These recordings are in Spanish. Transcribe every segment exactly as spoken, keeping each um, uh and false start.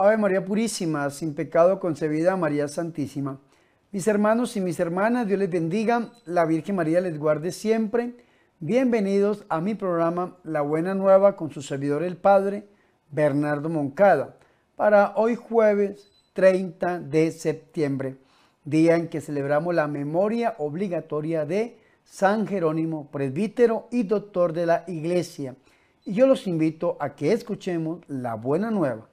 Ave María Purísima, sin pecado concebida, María Santísima. Mis hermanos y mis hermanas, Dios les bendiga, la Virgen María les guarde siempre. Bienvenidos a mi programa La Buena Nueva con su servidor el Padre Bernardo Moncada, para hoy jueves treinta de septiembre, día en que celebramos la memoria obligatoria de San Jerónimo, presbítero y doctor de la Iglesia. Y yo los invito a que escuchemos la Buena Nueva.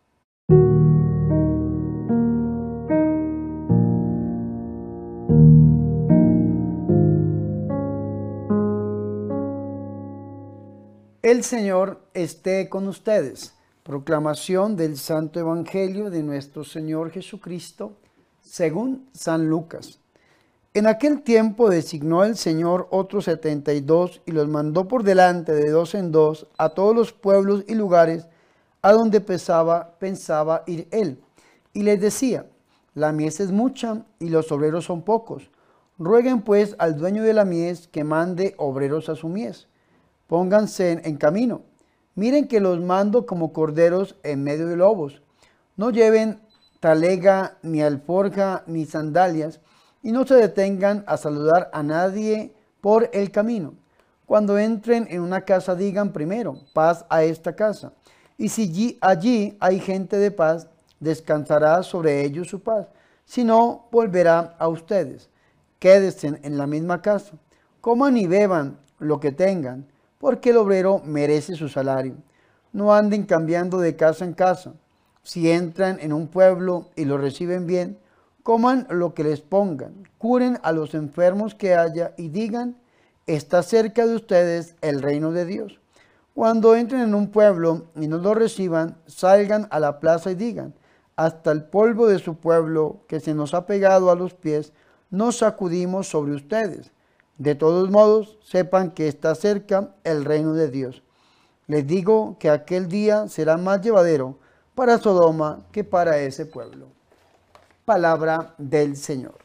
El Señor esté con ustedes. Proclamación del Santo Evangelio de nuestro Señor Jesucristo, según San Lucas. En aquel tiempo designó el Señor otros setenta y dos y los mandó por delante de dos en dos a todos los pueblos y lugares a donde pensaba, pensaba ir él. Y les decía: la mies es mucha y los obreros son pocos. Rueguen pues al dueño de la mies que mande obreros a su mies. Pónganse en camino. Miren que los mando como corderos en medio de lobos. No lleven talega, ni alforja, ni sandalias, y no se detengan a saludar a nadie por el camino. Cuando entren en una casa, digan primero: paz a esta casa. Y si allí hay gente de paz, descansará sobre ellos su paz. Si no, volverá a ustedes. Quédense en la misma casa. Coman y beban lo que tengan, porque el obrero merece su salario. No anden cambiando de casa en casa. Si entran en un pueblo y lo reciben bien, coman lo que les pongan, curen a los enfermos que haya y digan: está cerca de ustedes el reino de Dios. Cuando entren en un pueblo y no lo reciban, salgan a la plaza y digan: hasta el polvo de su pueblo que se nos ha pegado a los pies, nos sacudimos sobre ustedes. De todos modos, sepan que está cerca el reino de Dios. Les digo que aquel día será más llevadero para Sodoma que para ese pueblo. Palabra del Señor.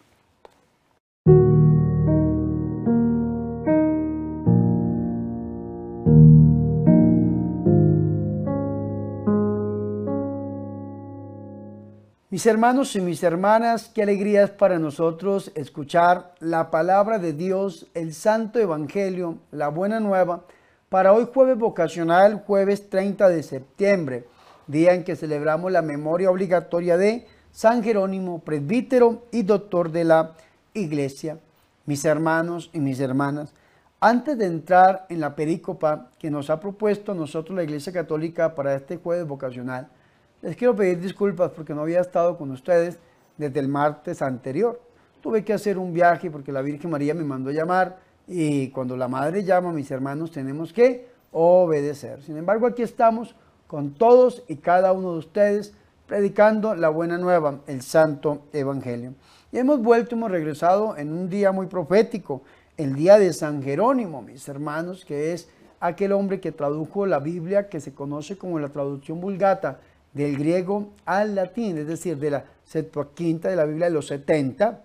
Mis hermanos y mis hermanas, qué alegría es para nosotros escuchar la palabra de Dios, el Santo Evangelio, la Buena Nueva, para hoy jueves vocacional, jueves treinta de septiembre, día en que celebramos la memoria obligatoria de San Jerónimo, presbítero y doctor de la Iglesia. Mis hermanos y mis hermanas, antes de entrar en la perícopa que nos ha propuesto a nosotros la Iglesia Católica para este jueves vocacional, les quiero pedir disculpas porque no había estado con ustedes desde el martes anterior. Tuve que hacer un viaje porque la Virgen María me mandó llamar, y cuando la Madre llama, mis hermanos, tenemos que obedecer. Sin embargo, aquí estamos con todos y cada uno de ustedes predicando la Buena Nueva, el Santo Evangelio. Y hemos vuelto, hemos regresado en un día muy profético, el día de San Jerónimo, mis hermanos, que es aquel hombre que tradujo la Biblia, que se conoce como la traducción Vulgata, del griego al latín, es decir, de la Septuaginta de la Biblia de los setenta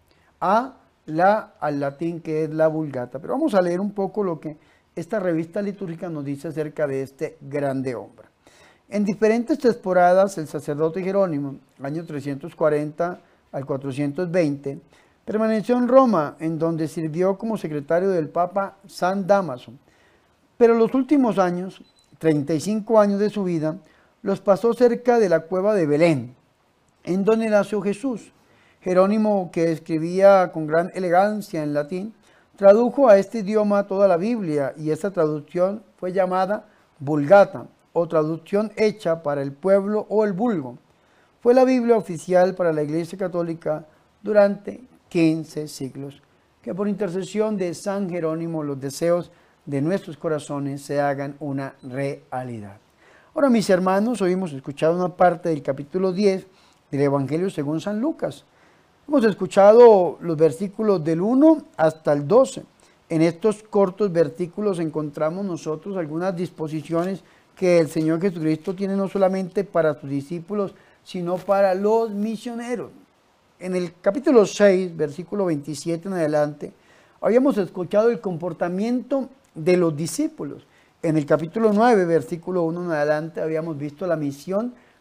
a la, al latín, que es la Vulgata. Pero vamos a leer un poco lo que esta revista litúrgica nos dice acerca de este grande hombre. En diferentes temporadas, el sacerdote Jerónimo, año trescientos cuarenta al cuatrocientos veinte, permaneció en Roma, en donde sirvió como secretario del Papa San Dámaso. Pero los últimos años, treinta y cinco años de su vida, los pasó cerca de la cueva de Belén, en donde nació Jesús. Jerónimo, que escribía con gran elegancia en latín, tradujo a este idioma toda la Biblia, y esta traducción fue llamada Vulgata, o traducción hecha para el pueblo o el vulgo. Fue la Biblia oficial para la Iglesia Católica durante quince siglos. Que por intercesión de San Jerónimo los deseos de nuestros corazones se hagan una realidad. Ahora, mis hermanos, hoy hemos escuchado una parte del capítulo diez del Evangelio según San Lucas. Hemos escuchado los versículos del uno hasta el doce. En estos cortos versículos encontramos nosotros algunas disposiciones que el Señor Jesucristo tiene no solamente para sus discípulos, sino para los misioneros. En el capítulo seis, versículo veintisiete en adelante, habíamos escuchado el comportamiento de los discípulos. En el capítulo nueve, versículo uno en adelante, habíamos visto la misión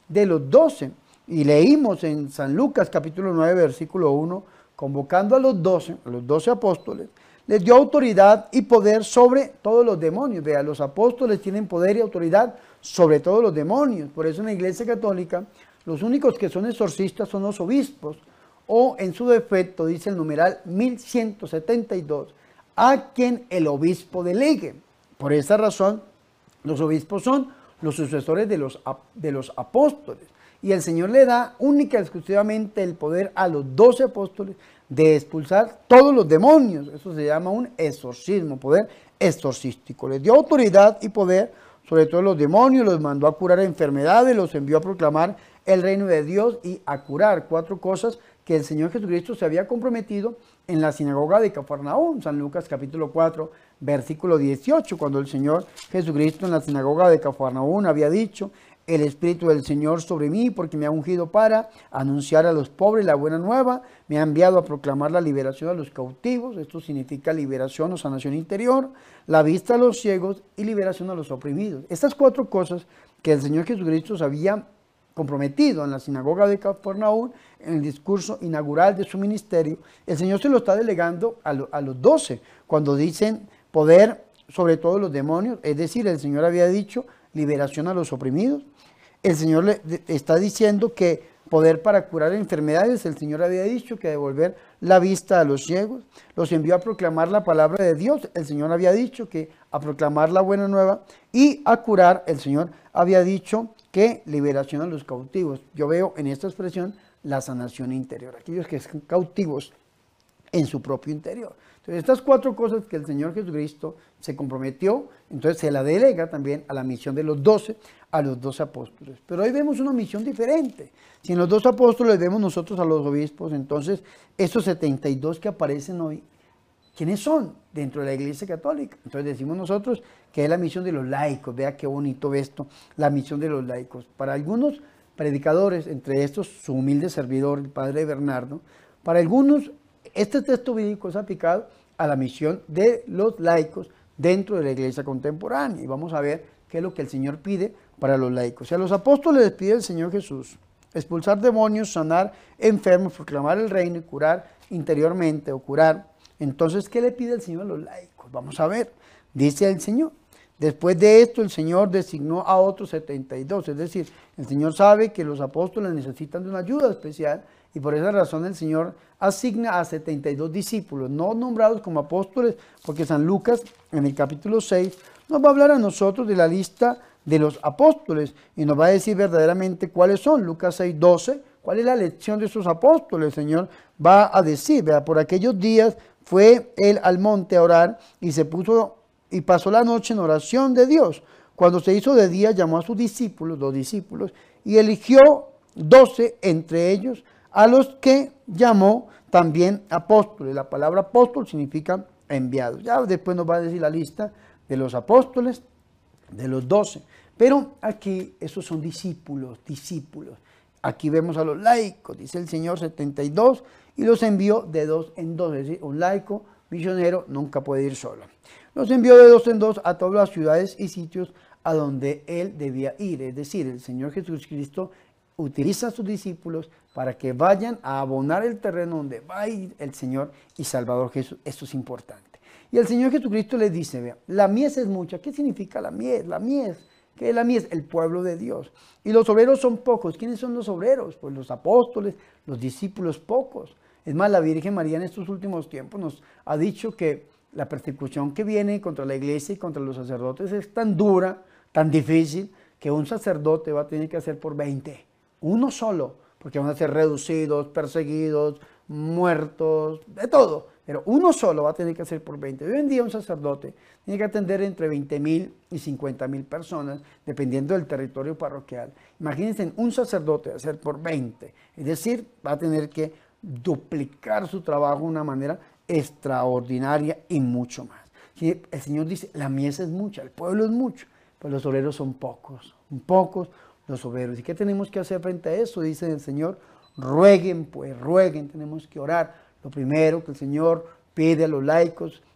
de los doce. Y leímos en San Lucas capítulo nueve, versículo uno, convocando a los doce, a los doce apóstoles, les dio autoridad y poder sobre todos los demonios. Vea, los apóstoles tienen poder y autoridad sobre todos los demonios. Por eso en la Iglesia Católica, los únicos que son exorcistas son los obispos, o en su defecto, dice el numeral mil ciento setenta y dos, a quien el obispo delegue. Por esa razón, los obispos son los sucesores de los, de los apóstoles. Y el Señor le da única y exclusivamente el poder a los doce apóstoles de expulsar todos los demonios. Eso se llama un exorcismo, poder exorcístico. Les dio autoridad y poder sobre todos los demonios, los mandó a curar enfermedades, los envió a proclamar el reino de Dios y a curar. Cuatro cosas que el Señor Jesucristo se había comprometido en la sinagoga de Cafarnaúm, San Lucas capítulo cuatro, versículo dieciocho, cuando el Señor Jesucristo en la sinagoga de Cafarnaúm había dicho: el Espíritu del Señor sobre mí, porque me ha ungido para anunciar a los pobres la buena nueva, me ha enviado a proclamar la liberación a los cautivos, esto significa liberación o sanación interior, la vista a los ciegos y liberación a los oprimidos. Estas cuatro cosas que el Señor Jesucristo se había comprometido en la sinagoga de Cafarnaúm, en el discurso inaugural de su ministerio, el Señor se lo está delegando a, lo, a los doce, cuando dicen poder sobre todos los demonios, es decir, el Señor había dicho liberación a los oprimidos. El Señor le está diciendo que poder para curar enfermedades, el Señor había dicho que devolver la vista a los ciegos, los envió a proclamar la palabra de Dios, el Señor había dicho que a proclamar la buena nueva, y a curar, el Señor había dicho que liberación a los cautivos. Yo veo en esta expresión la sanación interior, aquellos que están cautivos en su propio interior. Entonces, estas cuatro cosas que el Señor Jesucristo se comprometió, entonces se la delega también a la misión de los doce, a los doce apóstoles. Pero hoy vemos una misión diferente. Si en los dos apóstoles vemos nosotros a los obispos, entonces estos setenta y dos que aparecen hoy, ¿quiénes son dentro de la Iglesia Católica? Entonces decimos nosotros que es la misión de los laicos. Vea qué bonito ve esto, la misión de los laicos. Para algunos predicadores, entre estos su humilde servidor, el padre Bernardo, para algunos este texto bíblico es aplicado a la misión de los laicos dentro de la Iglesia contemporánea. Y vamos a ver qué es lo que el Señor pide para los laicos. Si a los apóstoles les pide el Señor Jesús expulsar demonios, sanar enfermos, proclamar el reino y curar interiormente o curar, entonces, ¿qué le pide el Señor a los laicos? Vamos a ver. Dice el Señor: después de esto, el Señor designó a otros setenta y dos. Es decir, el Señor sabe que los apóstoles necesitan de una ayuda especial y por esa razón el Señor asigna a setenta y dos discípulos, no nombrados como apóstoles, porque San Lucas en el capítulo seis nos va a hablar a nosotros de la lista de los apóstoles y nos va a decir verdaderamente cuáles son. Lucas seis, doce, cuál es la lección de esos apóstoles. El Señor va a decir: vea, por aquellos días fue él al monte a orar y se puso y pasó la noche en oración de Dios. Cuando se hizo de día, llamó a sus discípulos, dos discípulos, y eligió doce entre ellos, a los que llamó también apóstoles. La palabra apóstol significa enviado. Ya después nos va a decir la lista de los apóstoles, de los doce. Pero aquí esos son discípulos, discípulos. Aquí vemos a los laicos, dice el Señor, setenta y dos, y los envió de dos en dos. Es decir, un laico misionero nunca puede ir solo. Los envió de dos en dos a todas las ciudades y sitios a donde él debía ir. Es decir, el Señor Jesucristo utiliza a sus discípulos para que vayan a abonar el terreno donde va a ir el Señor y Salvador Jesús. Esto es importante. Y el Señor Jesucristo les dice: vea, la mies es mucha. ¿Qué significa la mies? La mies, ¿qué es la mies? El pueblo de Dios. Y los obreros son pocos. ¿Quiénes son los obreros? Pues los apóstoles, los discípulos pocos. Es más, la Virgen María en estos últimos tiempos nos ha dicho que la persecución que viene contra la iglesia y contra los sacerdotes es tan dura, tan difícil, que un sacerdote va a tener que hacer por veinte. Uno solo, porque van a ser reducidos, perseguidos, muertos, de todo. Pero uno solo va a tener que hacer por veinte. Hoy en día un sacerdote tiene que atender entre veinte mil y cincuenta mil personas, dependiendo del territorio parroquial. Imagínense un sacerdote hacer por veinte. Es decir, va a tener que duplicar su trabajo de una manera extraordinaria y mucho más. El Señor dice: la mies es mucha, el pueblo es mucho, pero los obreros son pocos, pocos los obreros. ¿Y qué tenemos que hacer frente a eso? Dice el Señor: rueguen, pues, rueguen, tenemos que orar. Lo primero que el Señor pide a los laicos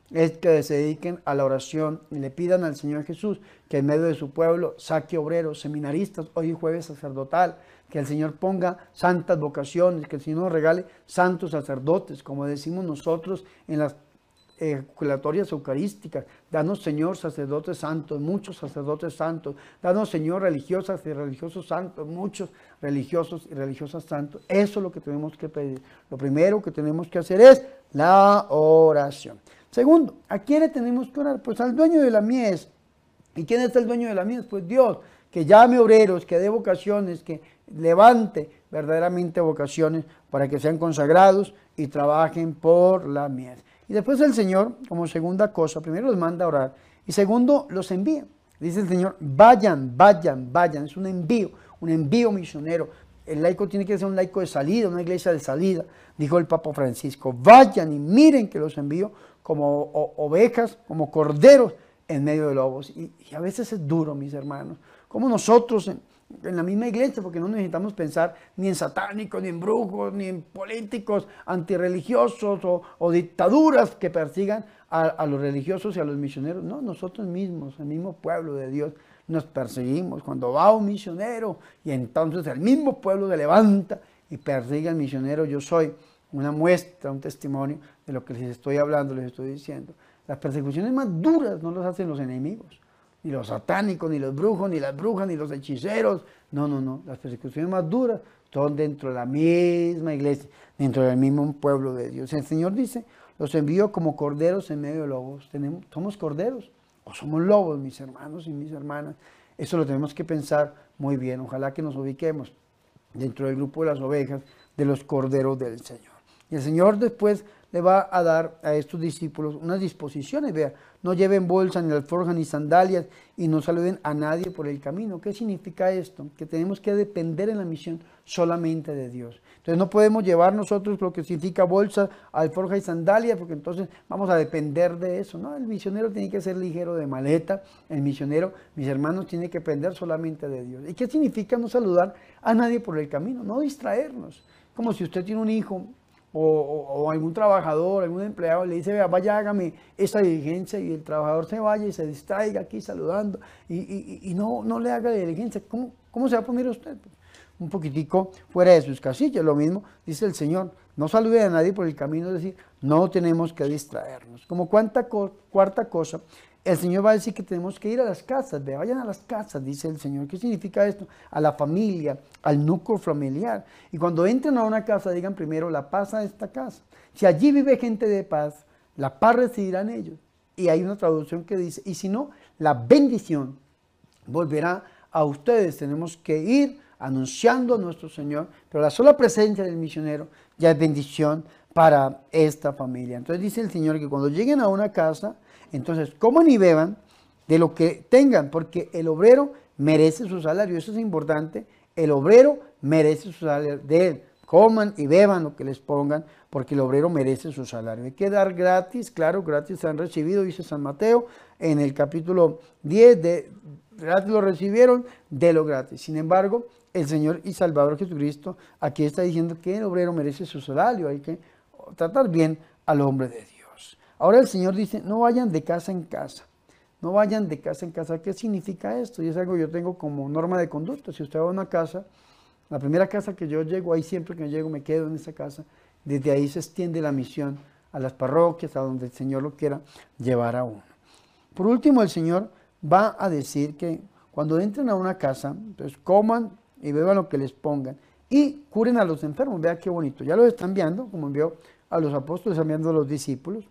es que se dediquen a la oración y le pidan al Señor Jesús que en medio de su pueblo saque obreros, seminaristas, hoy jueves sacerdotal, que el Señor ponga santas vocaciones, que el Señor nos regale santos sacerdotes, como decimos nosotros en las ejaculatorias eucarísticas. Danos, Señor, sacerdotes santos, muchos sacerdotes santos. Danos, Señor, religiosas y religiosos santos, muchos religiosos y religiosas santos. Eso es lo que tenemos que pedir. Lo primero que tenemos que hacer es la oración. Segundo, ¿a quién le tenemos que orar? Pues al dueño de la mies. ¿Y quién es el dueño de la mies? Pues Dios, que llame obreros, que dé vocaciones, que levante verdaderamente vocaciones para que sean consagrados y trabajen por la mies. Y después el Señor, como segunda cosa, primero los manda a orar y segundo los envía. Dice el Señor, vayan, vayan, vayan. Es un envío, un envío misionero. El laico tiene que ser un laico de salida, una iglesia de salida, dijo el Papa Francisco. Vayan y miren que los envío como o, ovejas, como corderos en medio de lobos. Y, y a veces es duro, mis hermanos, como nosotros en, en la misma iglesia, porque no necesitamos pensar ni en satánicos, ni en brujos, ni en políticos antirreligiosos o, o dictaduras que persigan a, a los religiosos y a los misioneros. No, nosotros mismos, el mismo pueblo de Dios, nos perseguimos. Cuando va un misionero y entonces el mismo pueblo se levanta y persigue al misionero, yo soy una muestra, un testimonio de lo que les estoy hablando, les estoy diciendo. Las persecuciones más duras no las hacen los enemigos, ni los satánicos, ni los brujos, ni las brujas, ni los hechiceros. No, no, no. Las persecuciones más duras son dentro de la misma iglesia, dentro del mismo pueblo de Dios. El Señor dice, los envío como corderos en medio de lobos. ¿Tenemos, ¿Somos corderos o somos lobos, mis hermanos y mis hermanas? Eso lo tenemos que pensar muy bien. Ojalá que nos ubiquemos dentro del grupo de las ovejas, de los corderos del Señor. Y el Señor después le va a dar a estos discípulos unas disposiciones. Vea, no lleven bolsa, ni alforja, ni sandalias, y no saluden a nadie por el camino. ¿Qué significa esto? Que tenemos que depender en la misión solamente de Dios. Entonces no podemos llevar nosotros lo que significa bolsa, alforja y sandalia, porque entonces vamos a depender de eso, ¿no? El misionero tiene que ser ligero de maleta. El misionero, mis hermanos, tiene que depender solamente de Dios. ¿Y qué significa no saludar a nadie por el camino? No distraernos. Como si usted tiene un hijo O, o, o algún trabajador, algún empleado le dice, vea, vaya, hágame esta diligencia, y el trabajador se vaya y se distraiga aquí saludando y, y, y no, no le haga diligencia. ¿Cómo, ¿Cómo se va a poner usted? Un poquitico fuera de sus casillas. Lo mismo dice el Señor, no salude a nadie por el camino, es decir, no tenemos que distraernos. Como cuarta, cuarta cosa, el Señor va a decir que tenemos que ir a las casas. Vea, vayan a las casas, dice el Señor. ¿Qué significa esto? A la familia, al núcleo familiar. Y cuando entren a una casa, digan primero, la paz a esta casa. Si allí vive gente de paz, la paz residirá en ellos. Y hay una traducción que dice, y si no, la bendición volverá a ustedes. Tenemos que ir anunciando a nuestro Señor, pero la sola presencia del misionero ya es bendición para esta familia. Entonces dice el Señor que cuando lleguen a una casa, entonces coman y beban de lo que tengan, porque el obrero merece su salario. Eso es importante. El obrero merece su salario de él. Coman y beban lo que les pongan, porque el obrero merece su salario. Hay que dar gratis, claro, gratis han recibido, dice San Mateo en el capítulo diez, de gratis lo recibieron, de lo gratis. Sin embargo, el Señor y Salvador Jesucristo aquí está diciendo que el obrero merece su salario. Hay que tratar bien al hombre de Dios. Ahora el Señor dice, no vayan de casa en casa. No vayan de casa en casa. ¿Qué significa esto? Y es algo que yo tengo como norma de conducta. Si usted va a una casa, la primera casa que yo llego, ahí siempre que llego me quedo en esa casa. Desde ahí se extiende la misión a las parroquias, a donde el Señor lo quiera llevar a uno. Por último, el Señor va a decir que cuando entren a una casa, entonces coman y beban lo que les pongan y curen a los enfermos. Vea qué bonito. Ya los están enviando, como envió a los apóstoles, enviando a los discípulos.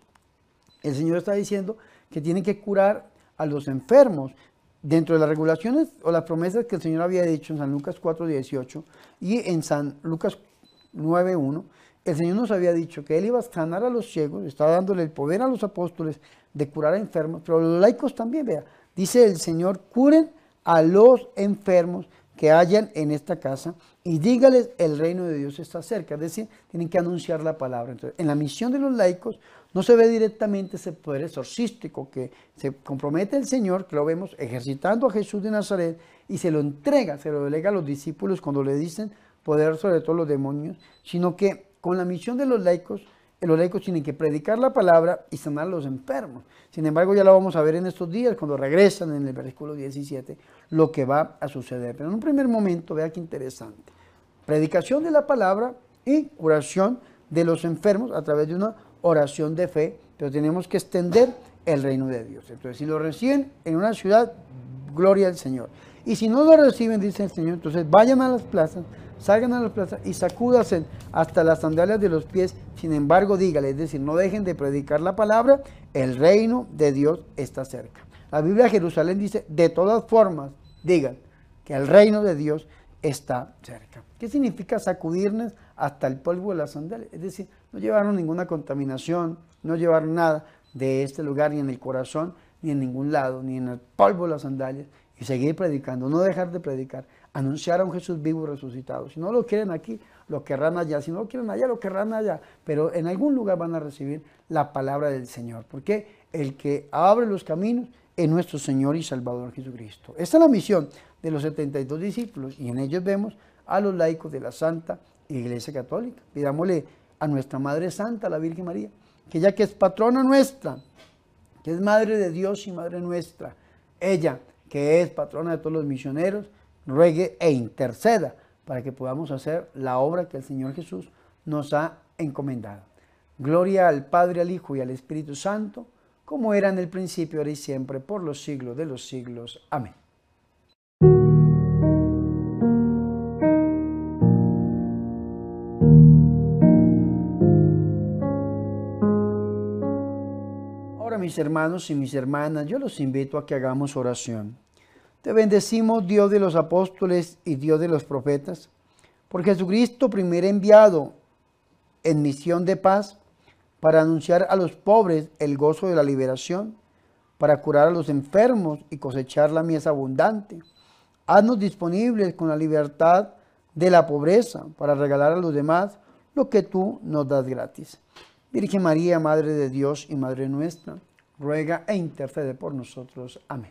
El Señor está diciendo que tienen que curar a los enfermos dentro de las regulaciones o las promesas que el Señor había dicho en San Lucas cuatro dieciocho y en San Lucas nueve uno. El Señor nos había dicho que Él iba a sanar a los ciegos, estaba dándole el poder a los apóstoles de curar a enfermos, pero los laicos también, vea, dice el Señor, curen a los enfermos que hayan en esta casa y dígales el reino de Dios está cerca, es decir, tienen que anunciar la palabra. Entonces, en la misión de los laicos no se ve directamente ese poder exorcístico que se compromete el Señor, que lo vemos ejercitando a Jesús de Nazaret y se lo entrega, se lo delega a los discípulos cuando le dicen poder sobre todos los demonios, sino que con la misión de los laicos los laicos tienen que predicar la palabra y sanar a los enfermos. Sin embargo, ya lo vamos a ver en estos días, cuando regresan en el versículo diecisiete, lo que va a suceder. Pero en un primer momento, vea qué interesante. Predicación de la palabra y curación de los enfermos a través de una oración de fe, pero tenemos que extender el reino de Dios. Entonces, si lo reciben en una ciudad, gloria al Señor. Y si no lo reciben, dice el Señor, entonces vayan a las plazas, salgan a las plazas y sacúdanse hasta las sandalias de los pies. Sin embargo, dígale, es decir, no dejen de predicar la palabra, el reino de Dios está cerca. La Biblia de Jerusalén dice, de todas formas, digan que el reino de Dios está cerca. ¿Qué significa sacudirnos hasta el polvo de las sandalias? Es decir, no llevaron ninguna contaminación, no llevaron nada de este lugar, ni en el corazón, ni en ningún lado, ni en el polvo de las sandalias, y seguir predicando, no dejar de predicar, anunciar a un Jesús vivo y resucitado. Si no lo quieren aquí, lo querrán allá, si no lo quieren allá, lo querrán allá, pero en algún lugar van a recibir la palabra del Señor, porque el que abre los caminos es nuestro Señor y Salvador Jesucristo. Esta es la misión de los setenta y dos discípulos, y en ellos vemos a los laicos de la Santa Iglesia Católica. Pidámosle a nuestra Madre Santa, la Virgen María, que ella que es patrona nuestra, que es Madre de Dios y Madre nuestra, ella que es patrona de todos los misioneros, ruegue e interceda para que podamos hacer la obra que el Señor Jesús nos ha encomendado. Gloria al Padre, al Hijo y al Espíritu Santo, como era en el principio, ahora y siempre, por los siglos de los siglos. Amén. Ahora, mis hermanos y mis hermanas, yo los invito a que hagamos oración. Te bendecimos, Dios de los apóstoles y Dios de los profetas, por Jesucristo, primer enviado en misión de paz, para anunciar a los pobres el gozo de la liberación, para curar a los enfermos y cosechar la mies abundante. Haznos disponibles con la libertad de la pobreza, para regalar a los demás lo que tú nos das gratis. Virgen María, Madre de Dios y Madre nuestra, ruega e intercede por nosotros. Amén.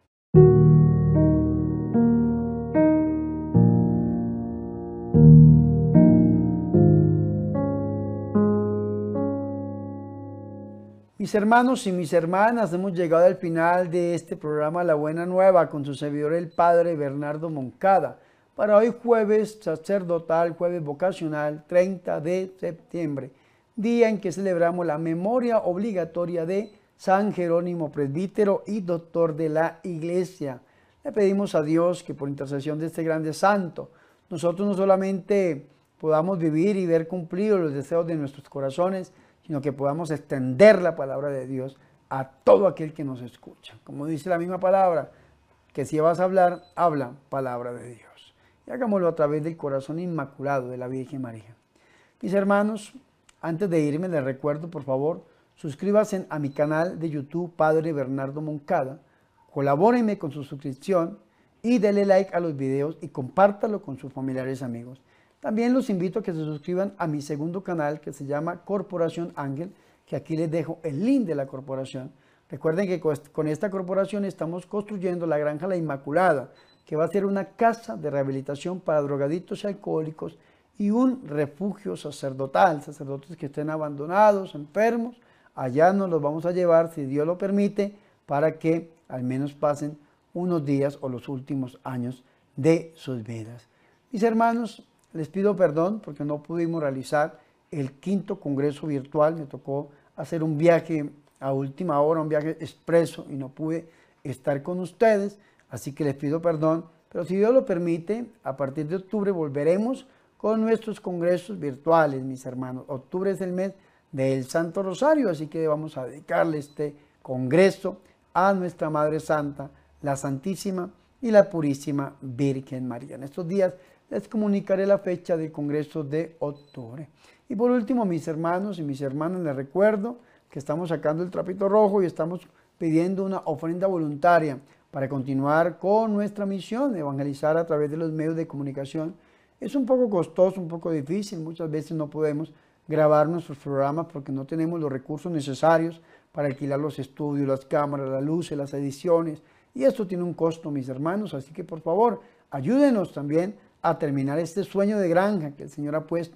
Mis hermanos y mis hermanas, hemos llegado al final de este programa La Buena Nueva con su servidor el Padre Bernardo Moncada. Para hoy jueves sacerdotal, jueves vocacional, treinta de septiembre, día en que celebramos la memoria obligatoria de San Jerónimo Presbítero y Doctor de la Iglesia. Le pedimos a Dios que por intercesión de este grande santo, nosotros no solamente podamos vivir y ver cumplidos los deseos de nuestros corazones, sino que podamos extender la palabra de Dios a todo aquel que nos escucha. Como dice la misma palabra, que si vas a hablar, habla palabra de Dios. Y hagámoslo a través del corazón inmaculado de la Virgen María. Mis hermanos, antes de irme les recuerdo, por favor, suscríbanse a mi canal de YouTube, Padre Bernardo Moncada, colabórenme con su suscripción y denle like a los videos y compártalo con sus familiares y amigos. También los invito a que se suscriban a mi segundo canal que se llama Corporación Ángel, que aquí les dejo el link de la corporación. Recuerden que con esta corporación estamos construyendo la Granja La Inmaculada, que va a ser una casa de rehabilitación para drogadictos y alcohólicos y un refugio sacerdotal, sacerdotes que estén abandonados, enfermos. Allá nos los vamos a llevar, si Dios lo permite, para que al menos pasen unos días o los últimos años de sus vidas. Mis hermanos, les pido perdón porque no pudimos realizar el quinto congreso virtual. Me tocó hacer un viaje a última hora, un viaje expreso y no pude estar con ustedes. Así que les pido perdón. Pero si Dios lo permite, a partir de octubre volveremos con nuestros congresos virtuales, mis hermanos. Octubre es el mes del Santo Rosario, así que vamos a dedicarle este congreso a nuestra Madre Santa, la Santísima y la Purísima Virgen María. En estos días les comunicaré la fecha del Congreso de octubre. Y por último, mis hermanos y mis hermanas, les recuerdo que estamos sacando el trapito rojo y estamos pidiendo una ofrenda voluntaria para continuar con nuestra misión de evangelizar a través de los medios de comunicación. Es un poco costoso, un poco difícil, muchas veces no podemos grabar nuestros programas porque no tenemos los recursos necesarios para alquilar los estudios, las cámaras, las luces, las ediciones, y esto tiene un costo, mis hermanos, así que por favor, ayúdenos también a terminar este sueño de granja que el Señor ha puesto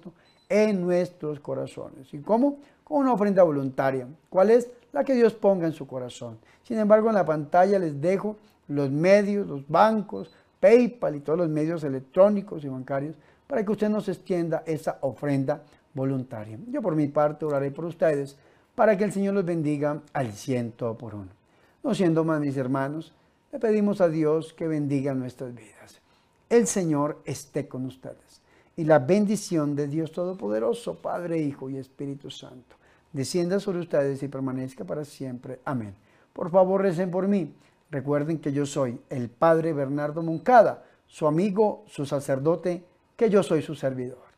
en nuestros corazones. ¿Y cómo? Con una ofrenda voluntaria. ¿Cuál es? La que Dios ponga en su corazón. Sin embargo, en la pantalla les dejo los medios, los bancos, PayPal y todos los medios electrónicos y bancarios para que usted nos extienda esa ofrenda voluntaria. Yo por mi parte oraré por ustedes para que el Señor los bendiga al ciento por uno. No siendo más, mis hermanos, le pedimos a Dios que bendiga nuestras vidas. El Señor esté con ustedes. Y la bendición de Dios Todopoderoso, Padre, Hijo y Espíritu Santo, descienda sobre ustedes y permanezca para siempre. Amén. Por favor, recen por mí. Recuerden que yo soy el Padre Bernardo Moncada, su amigo, su sacerdote, que yo soy su servidor.